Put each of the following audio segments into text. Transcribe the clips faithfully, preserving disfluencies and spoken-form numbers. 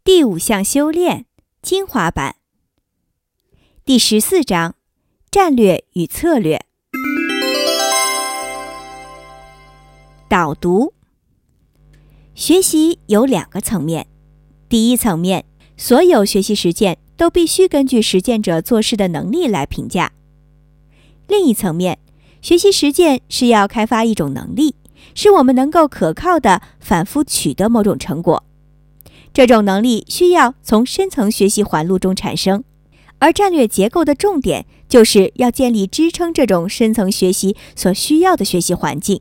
第五项修炼精华版，第十四章战略与策略。导读。学习有两个层面，第一层面，所有学习实践都必须根据实践者做事的能力来评价。另一层面，学习实践是要开发一种能力，使我们能够可靠地反复取得某种成果。这种能力需要从深层学习环路中产生，而战略结构的重点就是要建立支撑这种深层学习所需要的学习环境。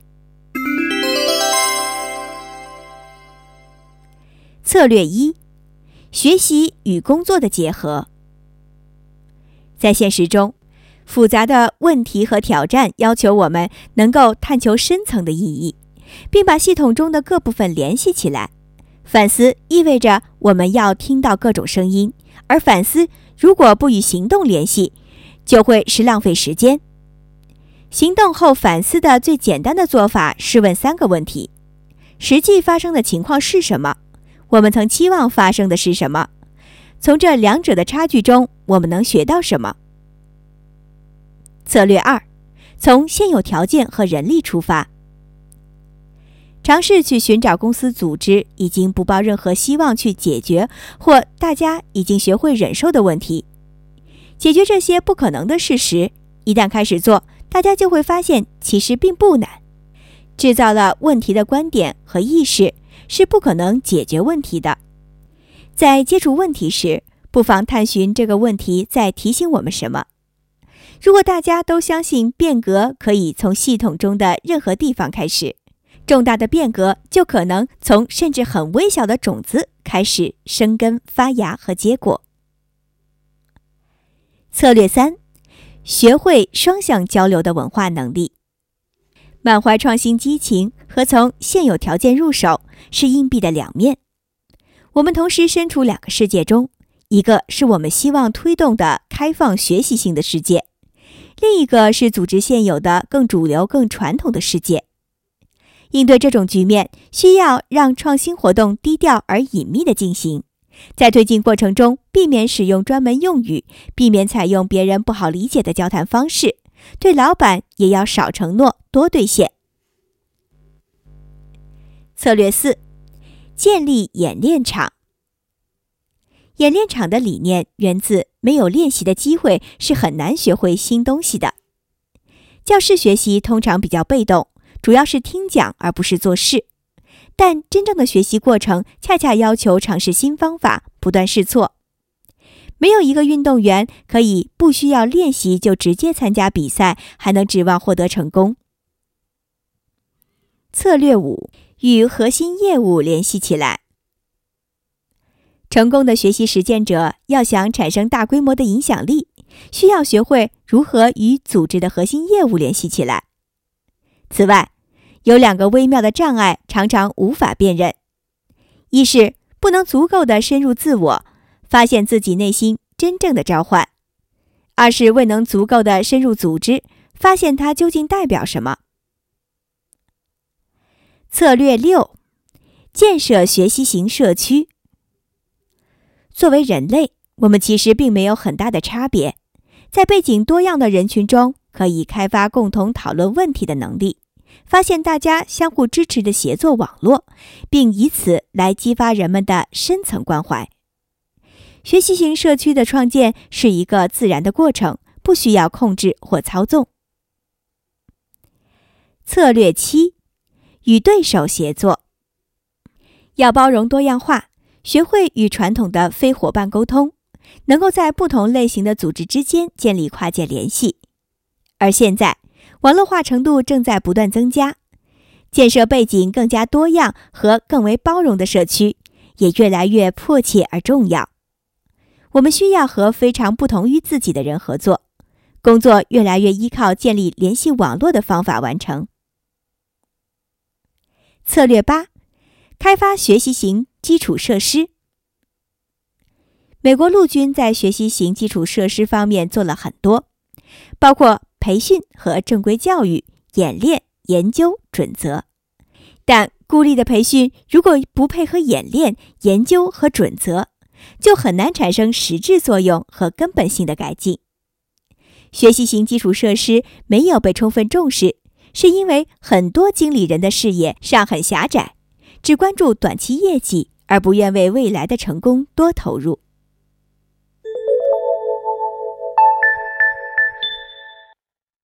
策略一：学习与工作的结合。在现实中，复杂的问题和挑战要求我们能够探求深层的意义，并把系统中的各部分联系起来。反思意味着我们要听到各种声音，而反思如果不与行动联系，就会是浪费时间。行动后反思的最简单的做法是问三个问题：实际发生的情况是什么？我们曾期望发生的是什么？从这两者的差距中，我们能学到什么？策略二：从现有条件和人力出发。尝试去寻找公司组织已经不抱任何希望去解决，或大家已经学会忍受的问题。解决这些不可能的事实，一旦开始做，大家就会发现其实并不难。制造了问题的观点和意识是不可能解决问题的。在接触问题时，不妨探寻这个问题在提醒我们什么。如果大家都相信变革可以从系统中的任何地方开始，重大的变革就可能从甚至很微小的种子开始生根发芽和结果。策略三：学会双向交流的文化能力。满怀创新激情和从现有条件入手是硬币的两面。我们同时身处两个世界中，一个是我们希望推动的开放学习性的世界，另一个是组织现有的更主流更传统的世界。应对这种局面，需要让创新活动低调而隐秘地进行，在推进过程中避免使用专门用语，避免采用别人不好理解的交谈方式，对老板也要少承诺多兑现。策略四：建立演练场。演练场的理念源自没有练习的机会是很难学会新东西的。教室学习通常比较被动，主要是听讲而不是做事，但真正的学习过程恰恰要求尝试新方法，不断试错。没有一个运动员可以不需要练习就直接参加比赛，还能指望获得成功。策略五：与核心业务联系起来。成功的学习实践者要想产生大规模的影响力，需要学会如何与组织的核心业务联系起来。此外，有两个微妙的障碍常常无法辨认：一是不能足够的深入自我，发现自己内心真正的召唤；二是未能足够的深入组织，发现它究竟代表什么。策略六：建设学习型社区。作为人类，我们其实并没有很大的差别，在背景多样的人群中，可以开发共同讨论问题的能力，发现大家相互支持的协作网络，并以此来激发人们的深层关怀。学习型社区的创建是一个自然的过程，不需要控制或操纵。策略七：与对手协作。要包容多样化，学会与传统的非伙伴沟通，能够在不同类型的组织之间建立跨界联系。而现在，网络化程度正在不断增加，建设背景更加多样和更为包容的社区也越来越迫切而重要。我们需要和非常不同于自己的人合作，工作越来越依靠建立联系网络的方法完成。策略八：开发学习型基础设施。美国陆军在学习型基础设施方面做了很多，包括培训和正规教育、演练、研究、准则。但孤立的培训如果不配合演练、研究和准则， 就很难产生实质作用和根本性的改进。学习型基础设施没有被充分重视，是因为很多经理人的视野尚很狭窄，只关注短期业绩，而不愿为未来的成功多投入。